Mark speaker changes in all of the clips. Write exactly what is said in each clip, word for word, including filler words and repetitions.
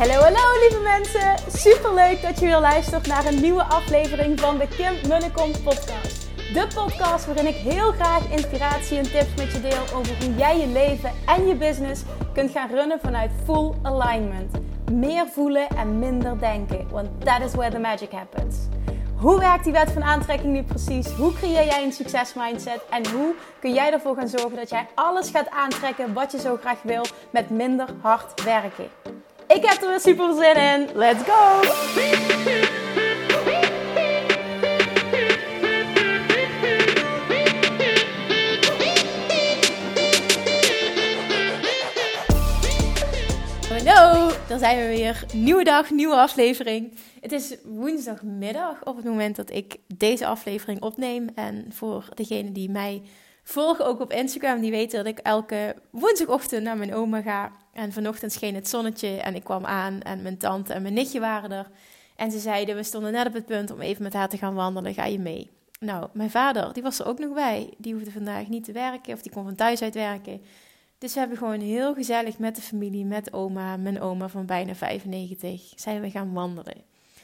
Speaker 1: Hallo, hallo lieve mensen. Superleuk dat je weer luistert naar een nieuwe aflevering van de Kim Munnekom podcast. De podcast waarin ik heel graag inspiratie en tips met je deel over hoe jij je leven en je business kunt gaan runnen vanuit full alignment. Meer voelen en minder denken, want that is where the magic happens. Hoe werkt die wet van aantrekking nu precies? Hoe creëer jij een succesmindset? En hoe kun jij ervoor gaan zorgen dat jij alles gaat aantrekken wat je zo graag wil met minder hard werken? Ik heb er weer super zin in. Let's go! Hallo, daar zijn we weer. Nieuwe dag, nieuwe aflevering. Het is woensdagmiddag op het moment dat ik deze aflevering opneem. En voor degenen die mij volgen, ook op Instagram, die weten dat ik elke woensdagochtend naar mijn oma ga. En vanochtend scheen het zonnetje en ik kwam aan en mijn tante en mijn nichtje waren er. En ze zeiden, we stonden net op het punt om even met haar te gaan wandelen, ga je mee? Nou, mijn vader, die was er ook nog bij. Die hoefde vandaag niet te werken of die kon van thuis uit werken. Dus we hebben gewoon heel gezellig met de familie, met oma, mijn oma van bijna vijfennegentig, zijn we gaan wandelen.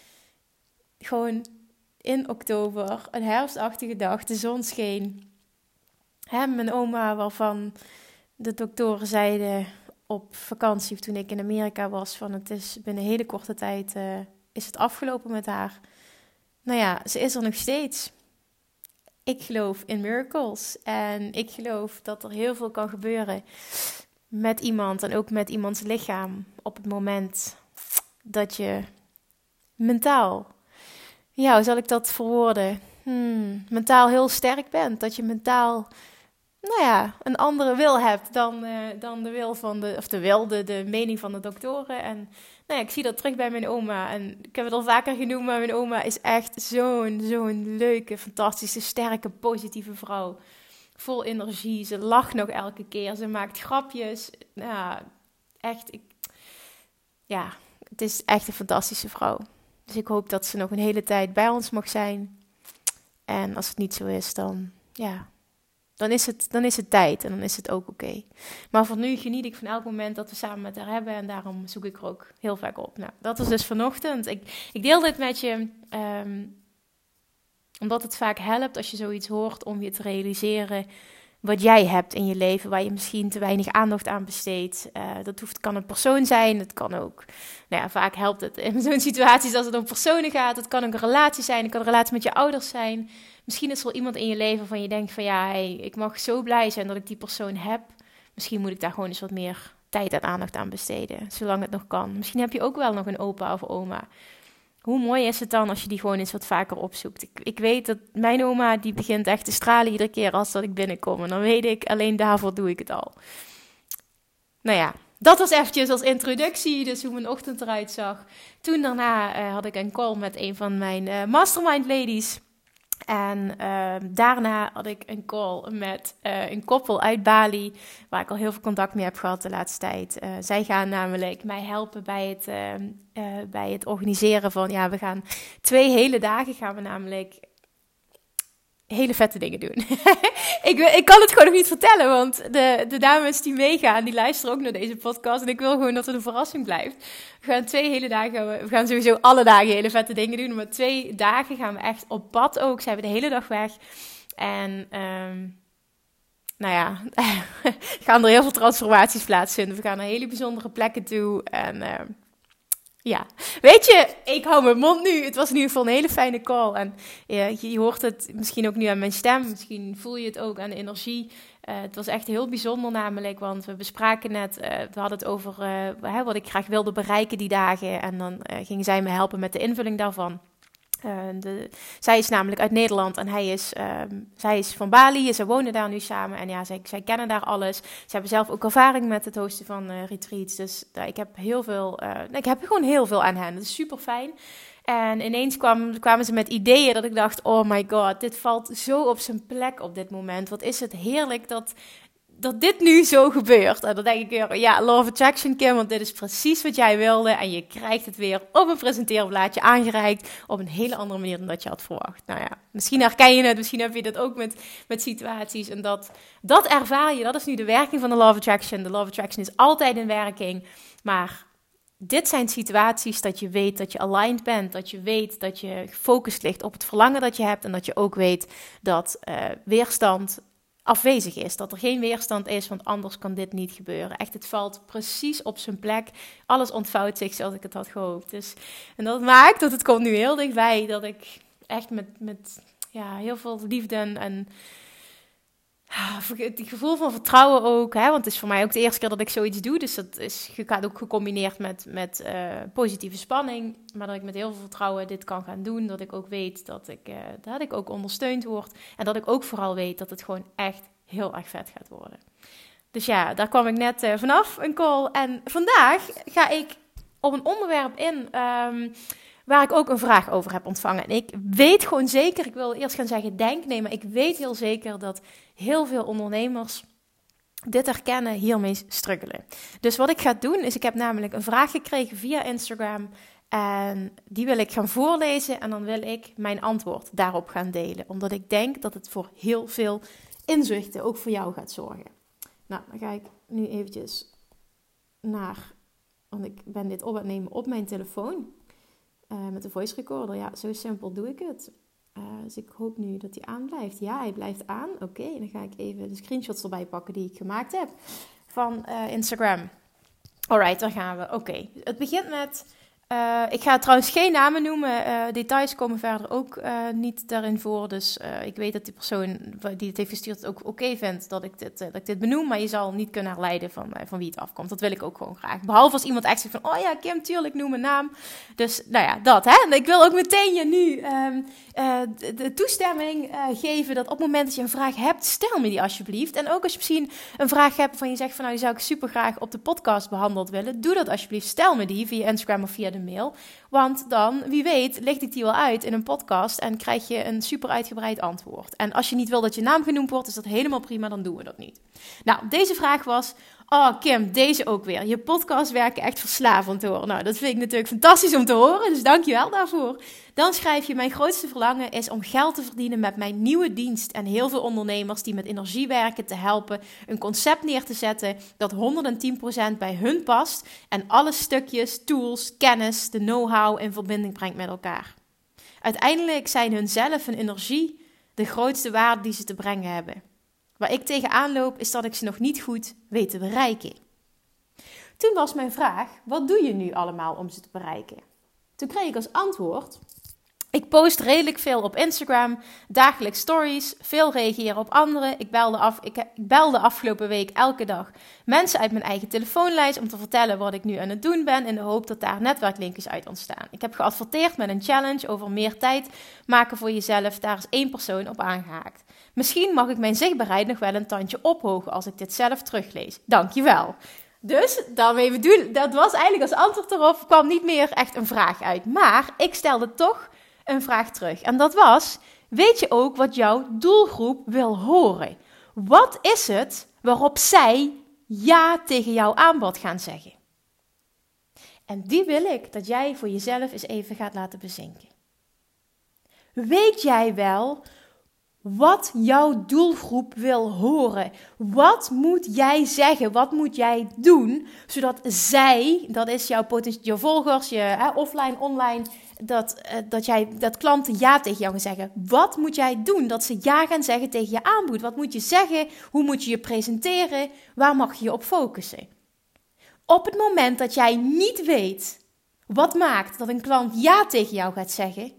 Speaker 1: Gewoon in oktober, een herfstachtige dag, de zon scheen. Hè, mijn oma, waarvan de doktoren zeiden op vakantie, of toen ik in Amerika was, van het is binnen een hele korte tijd uh, is het afgelopen met haar. Nou ja, ze is er nog steeds. Ik geloof in miracles en ik geloof dat er heel veel kan gebeuren met iemand en ook met iemands lichaam op het moment dat je mentaal, ja, hoe zal ik dat verwoorden, hmm, mentaal heel sterk bent, dat je mentaal, nou ja, een andere wil hebt dan, uh, dan de wil van de, of de wil, de, de mening van de doktoren. En nou ja, ik zie dat terug bij mijn oma. En ik heb het al vaker genoemd, maar mijn oma is echt zo'n, zo'n leuke, fantastische, sterke, positieve vrouw. Vol energie. Ze lacht nog elke keer. Ze maakt grapjes. Nou, echt, ik, ja, het is echt een fantastische vrouw. Dus ik hoop dat ze nog een hele tijd bij ons mag zijn. En als het niet zo is, dan, ja, dan is het, dan is het tijd en dan is het ook oké. Okay. Maar voor nu geniet ik van elk moment dat we samen met haar hebben en daarom zoek ik er ook heel vaak op. Nou, dat was dus vanochtend. Ik, ik deel dit met je um, omdat het vaak helpt als je zoiets hoort om je te realiseren wat jij hebt in je leven, waar je misschien te weinig aandacht aan besteedt. Uh, dat hoeft, kan een persoon zijn, het kan ook, nou ja, vaak helpt het in zo'n situaties als het om personen gaat. Het kan ook een relatie zijn, het kan een relatie met je ouders zijn. Misschien is er wel iemand in je leven waarvan je denkt van ja, hey, ik mag zo blij zijn dat ik die persoon heb. Misschien moet ik daar gewoon eens wat meer tijd en aandacht aan besteden, zolang het nog kan. Misschien heb je ook wel nog een opa of oma. Hoe mooi is het dan als je die gewoon eens wat vaker opzoekt? Ik, ik weet dat mijn oma, die begint echt te stralen iedere keer als dat ik binnenkom. En dan weet ik, alleen daarvoor doe ik het al. Nou ja, dat was eventjes als introductie, dus hoe mijn ochtend eruit zag. Toen daarna uh, had ik een call met een van mijn uh, mastermind ladies. En uh, daarna had ik een call met uh, een koppel uit Bali, waar ik al heel veel contact mee heb gehad de laatste tijd. Uh, zij gaan namelijk mij helpen bij het, uh, uh, bij het organiseren van, ja, we gaan twee hele dagen gaan we namelijk hele vette dingen doen. ik, ik kan het gewoon nog niet vertellen, want de, de dames die meegaan, die luisteren ook naar deze podcast. En ik wil gewoon dat het een verrassing blijft. We gaan twee hele dagen, we gaan sowieso alle dagen hele vette dingen doen. Maar twee dagen gaan we echt op pad ook. Zijn we de hele dag weg. En um, nou ja, gaan er heel veel transformaties plaatsvinden. We gaan naar hele bijzondere plekken toe. En uh, ja, weet je, ik hou mijn mond nu. Het was in ieder geval een hele fijne call. En ja, je, je hoort het misschien ook nu aan mijn stem. Misschien voel je het ook aan de energie. Uh, het was echt heel bijzonder namelijk, want we bespraken net, uh, we hadden het over uh, hè, wat ik graag wilde bereiken die dagen. En dan uh, gingen zij me helpen met de invulling daarvan. Uh, de, zij is namelijk uit Nederland en hij is, uh, zij is van Bali. Ze wonen daar nu samen en ja, zij, zij kennen daar alles. Ze hebben zelf ook ervaring met het hosten van uh, retreats. Dus uh, ik heb heel veel, uh, ik heb gewoon heel veel aan hen. Dat is super fijn. En ineens kwam, kwamen ze met ideeën dat ik dacht, oh my god, dit valt zo op zijn plek op dit moment. Wat is het heerlijk dat, dat dit nu zo gebeurt. En dan denk ik weer, ja, Law of Attraction, Kim, want dit is precies wat jij wilde. En je krijgt het weer op een presenteerblaadje aangereikt op een hele andere manier dan dat je had verwacht. Nou ja, misschien herken je het, misschien heb je dat ook met, met situaties. En dat, dat ervaar je, dat is nu de werking van de Law of Attraction. De Law of Attraction is altijd in werking, maar dit zijn situaties dat je weet dat je aligned bent. Dat je weet dat je gefocust ligt op het verlangen dat je hebt. En dat je ook weet dat uh, weerstand afwezig is. Dat er geen weerstand is, want anders kan dit niet gebeuren. Echt, het valt precies op zijn plek. Alles ontvouwt zich zoals ik het had gehoopt. Dus, en dat maakt dat het komt nu heel dichtbij. Dat ik echt met, met ja, heel veel liefde en... en het gevoel van vertrouwen ook, hè, want het is voor mij ook de eerste keer dat ik zoiets doe, dus dat is gaat ook gecombineerd met, met uh, positieve spanning, maar dat ik met heel veel vertrouwen dit kan gaan doen, dat ik ook weet dat ik, uh, dat ik ook ondersteund word en dat ik ook vooral weet dat het gewoon echt heel erg vet gaat worden. Dus ja, daar kwam ik net uh, vanaf, een call, en vandaag ga ik op een onderwerp in... Um, waar ik ook een vraag over heb ontvangen. En ik weet gewoon zeker, ik wil eerst gaan zeggen denk, nee, maar ik weet heel zeker dat heel veel ondernemers dit herkennen, hiermee struggelen. Dus wat ik ga doen, is ik heb namelijk een vraag gekregen via Instagram en die wil ik gaan voorlezen en dan wil ik mijn antwoord daarop gaan delen. Omdat ik denk dat het voor heel veel inzichten ook voor jou gaat zorgen. Nou, dan ga ik nu eventjes naar, want ik ben dit op aan het nemen op mijn telefoon. Uh, met de voice recorder, ja, zo simpel doe ik het. Uh, dus ik hoop nu dat hij aan blijft. Ja, hij blijft aan. Oké, okay, dan ga ik even de screenshots erbij pakken die ik gemaakt heb van uh, Instagram. Alright, daar gaan we. Oké, okay. Het begint met... Uh, ik ga trouwens geen namen noemen. Uh, details komen verder ook uh, niet daarin voor. Dus uh, ik weet dat die persoon die het heeft gestuurd het ook oké okay vindt dat ik, dit, uh, dat ik dit benoem. Maar je zal niet kunnen herleiden van, uh, van wie het afkomt. Dat wil ik ook gewoon graag. Behalve als iemand echt zegt van, oh ja, Kim, tuurlijk, noem een naam. Dus nou ja, dat hè. En ik wil ook meteen je nu um, uh, de, de toestemming uh, geven dat op het moment dat je een vraag hebt, stel me die alsjeblieft. En ook als je misschien een vraag hebt van je zegt van, nou, die zou ik super graag op de podcast behandeld willen. Doe dat alsjeblieft. Stel me die via Instagram of via de mail. Want dan, wie weet, licht ik die wel uit in een podcast en krijg je een super uitgebreid antwoord. En als je niet wil dat je naam genoemd wordt, is dat helemaal prima, dan doen we dat niet. Nou, deze vraag was, oh Kim, deze ook weer. Je podcast werken echt verslavend hoor. Nou, dat vind ik natuurlijk fantastisch om te horen, dus dank je wel daarvoor. Dan schrijf je, mijn grootste verlangen is om geld te verdienen met mijn nieuwe dienst en heel veel ondernemers die met energie werken te helpen een concept neer te zetten dat honderdtien procent bij hun past en alle stukjes, tools, kennis, de know-how in verbinding brengt met elkaar. Uiteindelijk zijn hun zelf en energie de grootste waarde die ze te brengen hebben. Waar ik tegenaan loop is dat ik ze nog niet goed weet te bereiken. Toen was mijn vraag, wat doe je nu allemaal om ze te bereiken? Toen kreeg ik als antwoord, ik post redelijk veel op Instagram, dagelijks stories, veel reageren op anderen. Ik belde, af, ik, ik belde afgelopen week elke dag mensen uit mijn eigen telefoonlijst om te vertellen wat ik nu aan het doen ben in de hoop dat daar netwerklinkjes uit ontstaan. Ik heb geadverteerd met een challenge over meer tijd maken voor jezelf. Daar is één persoon op aangehaakt. Misschien mag ik mijn zichtbaarheid nog wel een tandje ophogen als ik dit zelf teruglees. Dankjewel. Dus daarmee bedoel, dat was eigenlijk als antwoord erop, kwam niet meer echt een vraag uit. Maar ik stelde toch een vraag terug. En dat was, weet je ook wat jouw doelgroep wil horen? Wat is het waarop zij ja tegen jouw aanbod gaan zeggen? En die wil ik dat jij voor jezelf eens even gaat laten bezinken. Weet jij wel wat jouw doelgroep wil horen? Wat moet jij zeggen? Wat moet jij doen? Zodat zij, dat is jouw potentiële je volgers, je hè, offline, online, dat, uh, dat, jij, dat klanten ja tegen jou gaan zeggen. Wat moet jij doen? Dat ze ja gaan zeggen tegen je aanbod. Wat moet je zeggen? Hoe moet je je presenteren? Waar mag je je op focussen? Op het moment dat jij niet weet wat maakt dat een klant ja tegen jou gaat zeggen,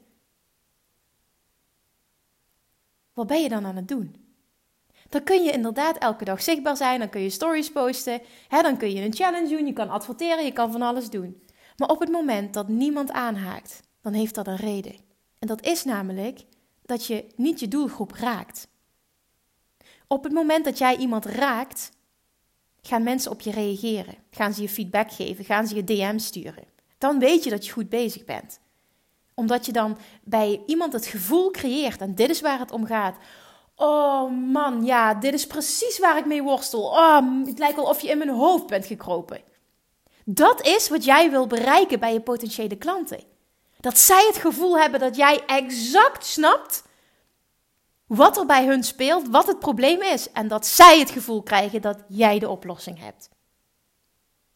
Speaker 1: wat ben je dan aan het doen? Dan kun je inderdaad elke dag zichtbaar zijn, dan kun je stories posten, hè, dan kun je een challenge doen, je kan adverteren, je kan van alles doen. Maar op het moment dat niemand aanhaakt, dan heeft dat een reden. En dat is namelijk dat je niet je doelgroep raakt. Op het moment dat jij iemand raakt, gaan mensen op je reageren. Gaan ze je feedback geven, gaan ze je D M sturen. Dan weet je dat je goed bezig bent. Omdat je dan bij iemand het gevoel creëert, en dit is waar het om gaat. Oh man, ja, dit is precies waar ik mee worstel. Oh, het lijkt wel of je in mijn hoofd bent gekropen. Dat is wat jij wil bereiken bij je potentiële klanten. Dat zij het gevoel hebben dat jij exact snapt wat er bij hun speelt, wat het probleem is. En dat zij het gevoel krijgen dat jij de oplossing hebt.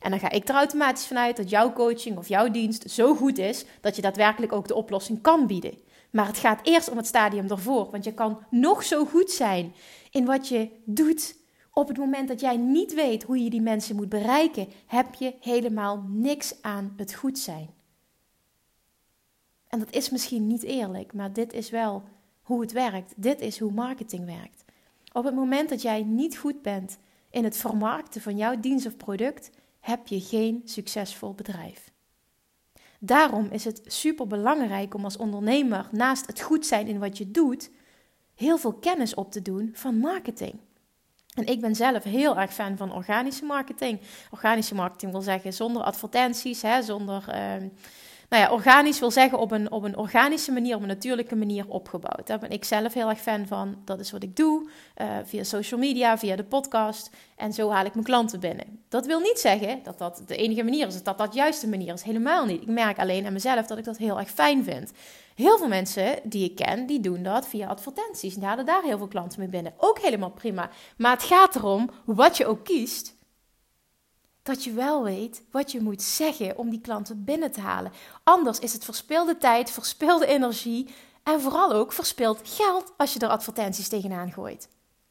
Speaker 1: En dan ga ik er automatisch vanuit dat jouw coaching of jouw dienst zo goed is dat je daadwerkelijk ook de oplossing kan bieden. Maar het gaat eerst om het stadium ervoor. Want je kan nog zo goed zijn in wat je doet. Op het moment dat jij niet weet hoe je die mensen moet bereiken, heb je helemaal niks aan het goed zijn. En dat is misschien niet eerlijk, maar dit is wel hoe het werkt. Dit is hoe marketing werkt. Op het moment dat jij niet goed bent in het vermarkten van jouw dienst of product, heb je geen succesvol bedrijf. Daarom is het super belangrijk om als ondernemer, naast het goed zijn in wat je doet, heel veel kennis op te doen van marketing. En ik ben zelf heel erg fan van organische marketing. Organische marketing wil zeggen zonder advertenties, hè, zonder... Uh, nou ja, organisch wil zeggen op een, op een organische manier, op een natuurlijke manier opgebouwd. Daar ben ik zelf heel erg fan van. Dat is wat ik doe, uh, via social media, via de podcast. En zo haal ik mijn klanten binnen. Dat wil niet zeggen dat dat de enige manier is, dat dat de juiste manier is. Helemaal niet. Ik merk alleen aan mezelf dat ik dat heel erg fijn vind. Heel veel mensen die ik ken, die doen dat via advertenties. En die halen daar heel veel klanten mee binnen. Ook helemaal prima. Maar het gaat erom, wat je ook kiest, dat je wel weet wat je moet zeggen om die klanten binnen te halen. Anders is het verspilde tijd, verspilde energie en vooral ook verspild geld als je er advertenties tegenaan gooit.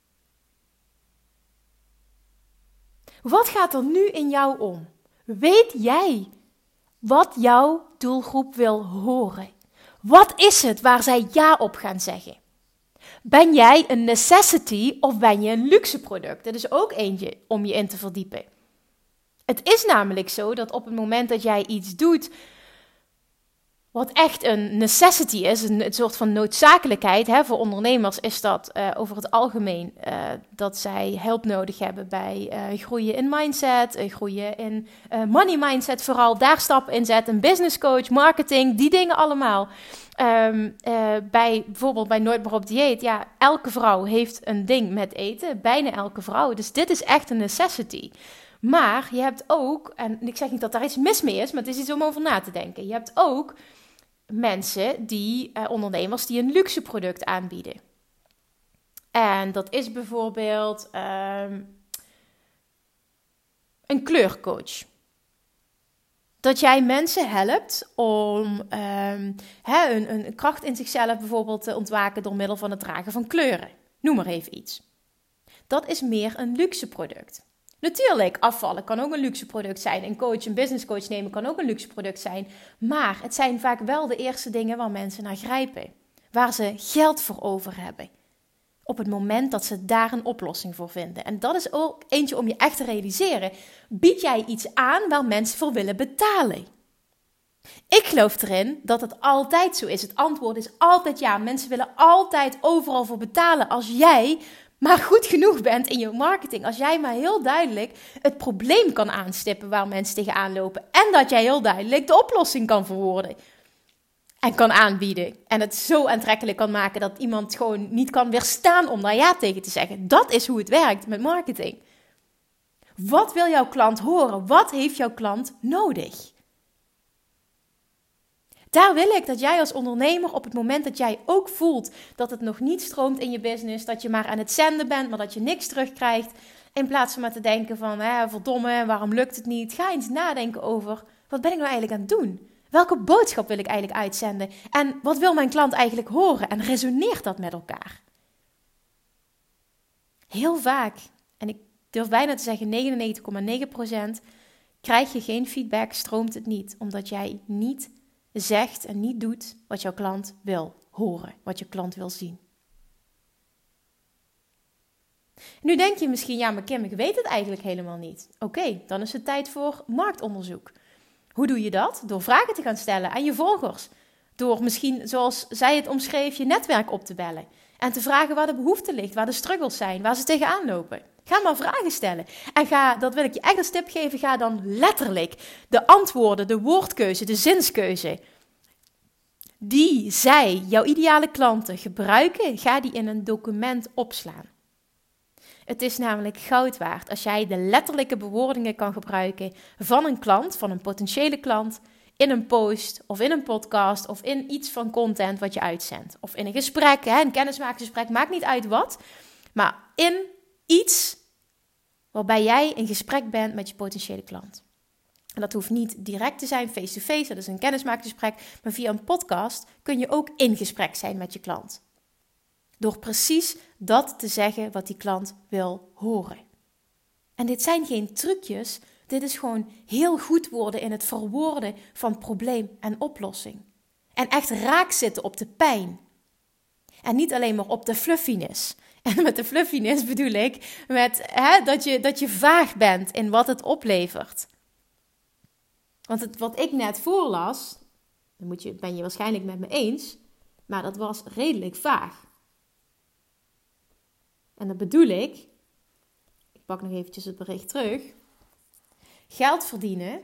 Speaker 1: Wat gaat er nu in jou om? Weet jij wat jouw doelgroep wil horen? Wat is het waar zij ja op gaan zeggen? Ben jij een necessity of ben je een luxe product? Dat is ook eentje om je in te verdiepen. Het is namelijk zo dat op het moment dat jij iets doet wat echt een necessity is, een, een soort van noodzakelijkheid, hè, voor ondernemers is dat uh, over het algemeen uh, dat zij hulp nodig hebben bij uh, groeien in mindset, uh, groeien in uh, money mindset vooral, daar stappen in zetten, een business coach, marketing, die dingen allemaal. Um, uh, bij, bijvoorbeeld bij Nooit meer op dieet, ja, elke vrouw heeft een ding met eten, bijna elke vrouw, dus dit is echt een necessity. Maar je hebt ook, en ik zeg niet dat daar iets mis mee is, maar het is iets om over na te denken. Je hebt ook mensen, die, uh, ondernemers, die een luxe product aanbieden. En dat is bijvoorbeeld um, een kleurcoach. Dat jij mensen helpt om um, hè, een, een kracht in zichzelf bijvoorbeeld te ontwaken door middel van het dragen van kleuren. Noem maar even iets. Dat is meer een luxe product. Natuurlijk, afvallen kan ook een luxe product zijn. Een coach, een business coach nemen kan ook een luxe product zijn. Maar het zijn vaak wel de eerste dingen waar mensen naar grijpen. Waar ze geld voor over hebben. Op het moment dat ze daar een oplossing voor vinden. En dat is ook eentje om je echt te realiseren. Bied jij iets aan waar mensen voor willen betalen? Ik geloof erin dat het altijd zo is. Het antwoord is altijd ja. Mensen willen altijd overal voor betalen als jij maar goed genoeg bent in je marketing. Als jij maar heel duidelijk het probleem kan aanstippen waar mensen tegenaan lopen. En dat jij heel duidelijk de oplossing kan verwoorden. En kan aanbieden. En het zo aantrekkelijk kan maken dat iemand gewoon niet kan weerstaan om daar ja tegen te zeggen. Dat is hoe het werkt met marketing. Wat wil jouw klant horen? Wat heeft jouw klant nodig? Daar wil ik dat jij als ondernemer op het moment dat jij ook voelt dat het nog niet stroomt in je business, dat je maar aan het zenden bent, maar dat je niks terugkrijgt, in plaats van maar te denken van, hè, verdomme, waarom lukt het niet? Ga eens nadenken over, wat ben ik nou eigenlijk aan het doen? Welke boodschap wil ik eigenlijk uitzenden? En wat wil mijn klant eigenlijk horen? En resoneert dat met elkaar? Heel vaak, en ik durf bijna te zeggen negenennegentig komma negen procent, krijg je geen feedback, stroomt het niet, omdat jij niet zegt en niet doet wat jouw klant wil horen, wat je klant wil zien. Nu denk je misschien, ja maar Kim, ik weet het eigenlijk helemaal niet. Oké, okay, dan is het tijd voor marktonderzoek. Hoe doe je dat? Door vragen te gaan stellen aan je volgers. Door misschien, zoals zij het omschreef, je netwerk op te bellen. En te vragen waar de behoefte ligt, waar de struggles zijn, waar ze tegenaan lopen. Ga maar vragen stellen. En ga, dat wil ik je echt als tip geven, ga dan letterlijk de antwoorden, de woordkeuze, de zinskeuze die zij, jouw ideale klanten, gebruiken, ga die in een document opslaan. Het is namelijk goud waard als jij de letterlijke bewoordingen kan gebruiken van een klant, van een potentiële klant, in een post of in een podcast of in iets van content wat je uitzendt. Of in een gesprek, hè, een kennismakingsgesprek, maakt niet uit wat. Maar in iets waarbij jij in gesprek bent met je potentiële klant. En dat hoeft niet direct te zijn, face-to-face, dat is een kennismakingsgesprek. Maar via een podcast kun je ook in gesprek zijn met je klant. Door precies dat te zeggen wat die klant wil horen. En dit zijn geen trucjes, dit is gewoon heel goed worden in het verwoorden van probleem en oplossing. En echt raak zitten op de pijn. En niet alleen maar op de fluffiness. En met de fluffiness bedoel ik met, hè, dat, je, dat je vaag bent in wat het oplevert. Want het, wat ik net voorlas, dan moet je, ben je waarschijnlijk met me eens, maar dat was redelijk vaag. En dat bedoel ik, ik pak nog eventjes het bericht terug, geld verdienen,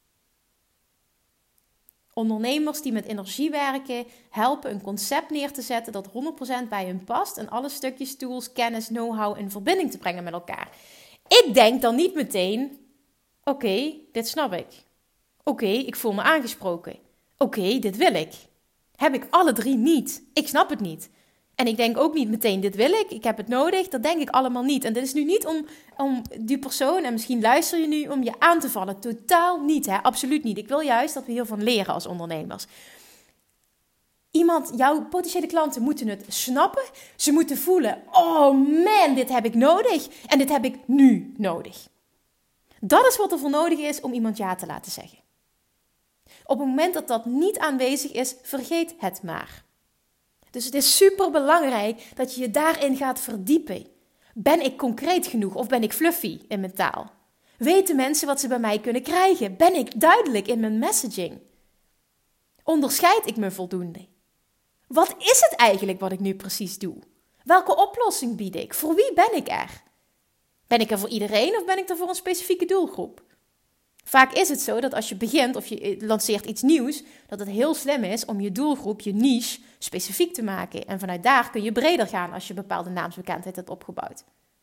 Speaker 1: ondernemers die met energie werken, helpen een concept neer te zetten dat honderd procent bij hun past en alle stukjes, tools, kennis, know-how in verbinding te brengen met elkaar. Ik denk dan niet meteen, oké, okay, dit snap ik. Oké, okay, ik voel me aangesproken. Oké, okay, dit wil ik. Heb ik alle drie niet. Ik snap het niet. En ik denk ook niet meteen, dit wil ik, ik heb het nodig. Dat denk ik allemaal niet. En dit is nu niet om, om die persoon, en misschien luister je nu, om je aan te vallen. Totaal niet, hè? Absoluut niet. Ik wil juist dat we hiervan leren als ondernemers. Iemand, jouw potentiële klanten moeten het snappen. Ze moeten voelen, oh man, dit heb ik nodig. En dit heb ik nu nodig. Dat is wat er voor nodig is om iemand ja te laten zeggen. Op het moment dat dat niet aanwezig is, vergeet het maar. Dus het is super belangrijk dat je je daarin gaat verdiepen. Ben ik concreet genoeg of ben ik fluffy in mijn taal? Weten mensen wat ze bij mij kunnen krijgen? Ben ik duidelijk in mijn messaging? Onderscheid ik me voldoende? Wat is het eigenlijk wat ik nu precies doe? Welke oplossing bied ik? Voor wie ben ik er? Ben ik er voor iedereen of ben ik er voor een specifieke doelgroep? Vaak is het zo dat als je begint of je lanceert iets nieuws, dat het heel slim is om je doelgroep, je niche, specifiek te maken. En vanuit daar kun je breder gaan als je bepaalde naamsbekendheid hebt opgebouwd.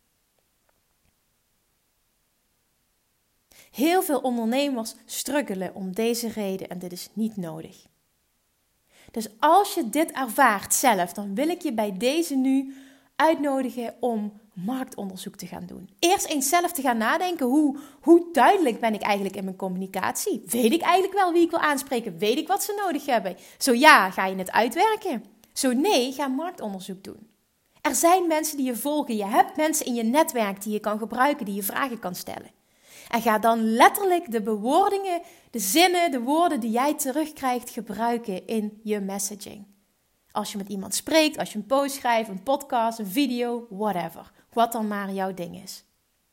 Speaker 1: Heel veel ondernemers struggelen om deze reden en dit is niet nodig. Dus als je dit ervaart zelf, dan wil ik je bij deze nu uitnodigen om marktonderzoek te gaan doen. Eerst eens zelf te gaan nadenken, hoe, hoe duidelijk ben ik eigenlijk in mijn communicatie? Weet ik eigenlijk wel wie ik wil aanspreken? Weet ik wat ze nodig hebben? Zo ja, ga je het uitwerken? Zo nee, ga marktonderzoek doen. Er zijn mensen die je volgen. Je hebt mensen in je netwerk die je kan gebruiken, die je vragen kan stellen. En ga dan letterlijk de bewoordingen, de zinnen, de woorden die jij terugkrijgt gebruiken in je messaging. Als je met iemand spreekt, als je een post schrijft, een podcast, een video, whatever. Wat dan maar jouw ding is.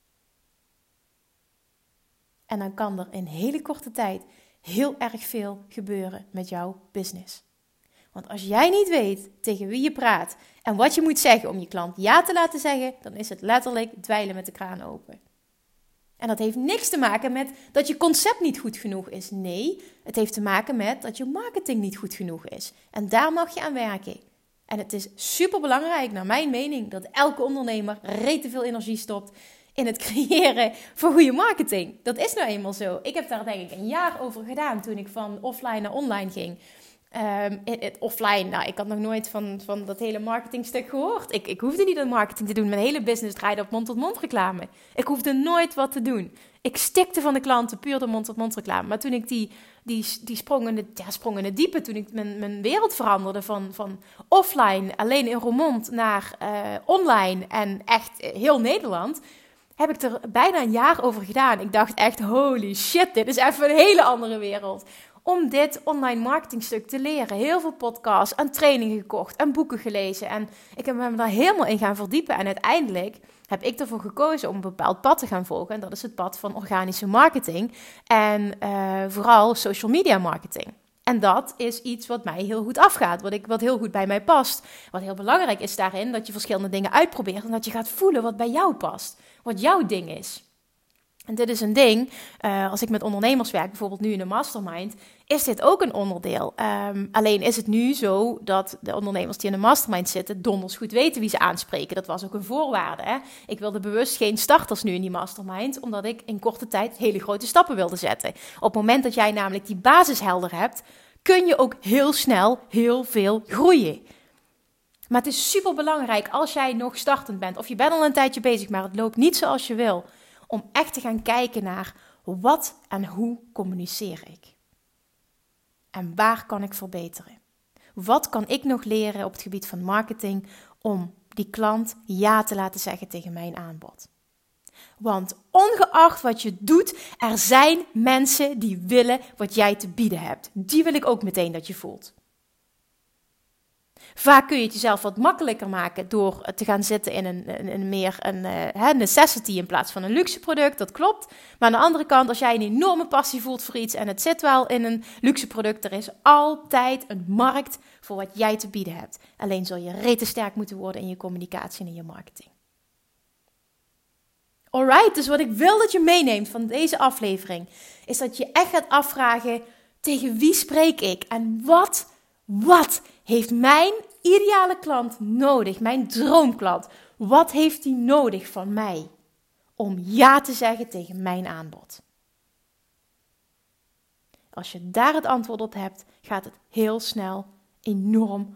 Speaker 1: En dan kan er in hele korte tijd heel erg veel gebeuren met jouw business. Want als jij niet weet tegen wie je praat en wat je moet zeggen om je klant ja te laten zeggen, dan is het letterlijk dweilen met de kraan open. En dat heeft niks te maken met dat je concept niet goed genoeg is. Nee, het heeft te maken met dat je marketing niet goed genoeg is. En daar mag je aan werken. En het is superbelangrijk, naar mijn mening, dat elke ondernemer rete veel energie stopt in het creëren van goede marketing. Dat is nou eenmaal zo. Ik heb daar denk ik een jaar over gedaan toen ik van offline naar online ging. Um, het, het offline, nou, ik had nog nooit van, van dat hele marketingstuk gehoord. Ik, ik hoefde niet aan marketing te doen. Mijn hele business draaide op mond-tot-mond reclame. Ik hoefde nooit wat te doen. Ik stikte van de klanten puur door mond-tot-mond reclame. Maar toen ik die, die, die sprong, in de, ja, sprong in het diepe, toen ik mijn, mijn wereld veranderde van, van offline, alleen in Roermond, naar uh, online en echt heel Nederland, heb ik er bijna een jaar over gedaan. Ik dacht echt, holy shit, dit is even een hele andere wereld. Om dit online marketingstuk te leren. Heel veel podcasts en trainingen gekocht en boeken gelezen. En ik heb me daar helemaal in gaan verdiepen. En uiteindelijk heb ik ervoor gekozen om een bepaald pad te gaan volgen. En dat is het pad van organische marketing. En uh, vooral social media marketing. En dat is iets wat mij heel goed afgaat. Wat, ik, wat heel goed bij mij past. Wat heel belangrijk is daarin. Dat je verschillende dingen uitprobeert. En dat je gaat voelen wat bij jou past. Wat jouw ding is. En dit is een ding, uh, als ik met ondernemers werk, bijvoorbeeld nu in een mastermind, is dit ook een onderdeel. Um, alleen is het nu zo dat de ondernemers die in een mastermind zitten, donders goed weten wie ze aanspreken. Dat was ook een voorwaarde. Hè? Ik wilde bewust geen starters nu in die mastermind, omdat ik in korte tijd hele grote stappen wilde zetten. Op het moment dat jij namelijk die basis helder hebt, kun je ook heel snel heel veel groeien. Maar het is super belangrijk als jij nog startend bent, of je bent al een tijdje bezig, maar het loopt niet zoals je wil, om echt te gaan kijken naar Wat en hoe communiceer ik? En waar kan ik verbeteren? Wat kan ik nog leren op het gebied van marketing om die klant ja te laten zeggen tegen mijn aanbod? Want ongeacht wat je doet, er zijn mensen die willen wat jij te bieden hebt. Die wil ik ook meteen dat je voelt. Vaak kun je het jezelf wat makkelijker maken door te gaan zitten in een, een, een meer een uh, necessity in plaats van een luxe product. Dat klopt. Maar aan de andere kant, als jij een enorme passie voelt voor iets en het zit wel in een luxe product, er is altijd een markt voor wat jij te bieden hebt. Alleen zul je rete sterk moeten worden in je communicatie en in je marketing. Alright, dus wat ik wil dat je meeneemt van deze aflevering, is dat je echt gaat afvragen, tegen wie spreek ik? En wat, wat heeft mijn ideale klant nodig, mijn droomklant? Wat heeft die nodig van mij om ja te zeggen tegen mijn aanbod? Als je daar het antwoord op hebt, gaat het heel snel enorm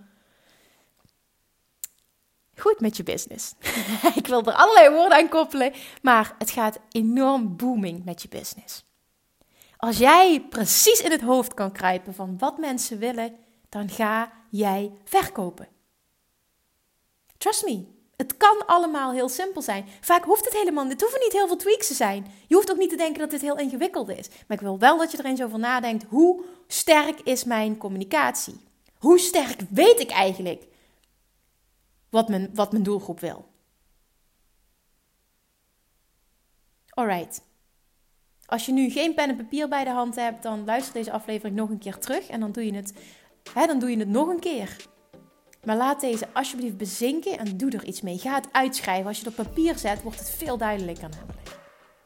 Speaker 1: goed met je business. Ik wil er allerlei woorden aan koppelen, maar het gaat enorm booming met je business. Als jij precies in het hoofd kan kruipen van wat mensen willen, dan ga jij verkopen. Trust me, het kan allemaal heel simpel zijn. Vaak hoeft het helemaal, het hoeven niet heel veel tweaks te zijn. Je hoeft ook niet te denken dat dit heel ingewikkeld is. Maar ik wil wel dat je er eens over nadenkt, hoe sterk is mijn communicatie? Hoe sterk weet ik eigenlijk wat mijn, wat mijn doelgroep wil? Alright. Als je nu geen pen en papier bij de hand hebt, dan luister deze aflevering nog een keer terug en dan doe je het, hè, dan doe je het nog een keer. Maar laat deze alsjeblieft bezinken en doe er iets mee. Ga het uitschrijven. Als je het op papier zet, wordt het veel duidelijker namelijk.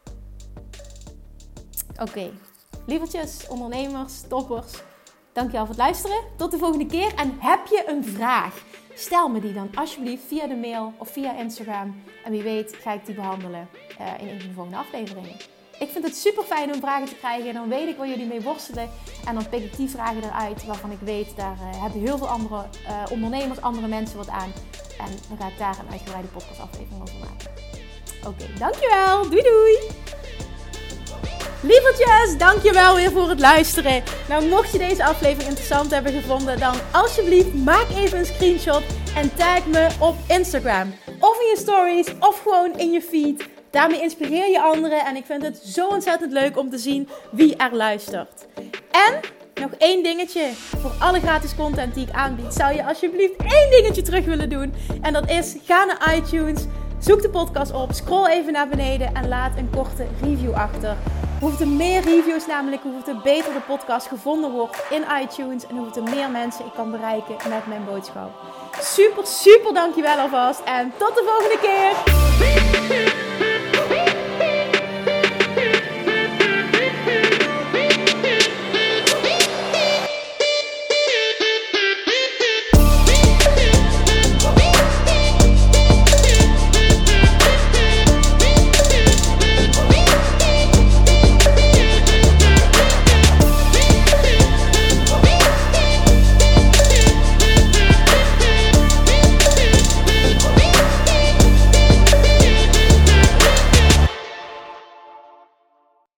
Speaker 1: Oké, okay. Lievertjes, ondernemers, toppers. Dankjewel voor het luisteren. Tot de volgende keer. En heb je een vraag? Stel me die dan alsjeblieft via de mail of via Instagram. En wie weet ga ik die behandelen uh, in een van de volgende afleveringen. Ik vind het super fijn om vragen te krijgen. Dan weet ik waar jullie mee worstelen. En dan pik ik die vragen eruit waarvan ik weet, daar uh, hebben heel veel andere uh, ondernemers, andere mensen wat aan. En dan ga ik daar een uitgebreide podcastaflevering over maken. Oké, okay, dankjewel. Doei doei. Lievertjes, dankjewel weer voor het luisteren. Nou, mocht je deze aflevering interessant hebben gevonden, dan alsjeblieft maak even een screenshot en tag me op Instagram. Of in je stories, of gewoon in je feed. Daarmee inspireer je anderen en ik vind het zo ontzettend leuk om te zien wie er luistert. En nog één dingetje. Voor alle gratis content die ik aanbied, zou je alsjeblieft één dingetje terug willen doen. En dat is, ga naar iTunes, zoek de podcast op, scroll even naar beneden en laat een korte review achter. Hoeveel meer reviews namelijk, hoeveel beter de podcast gevonden wordt in iTunes en hoeveel meer mensen ik kan bereiken met mijn boodschap. Super, super dankjewel alvast en tot de volgende keer!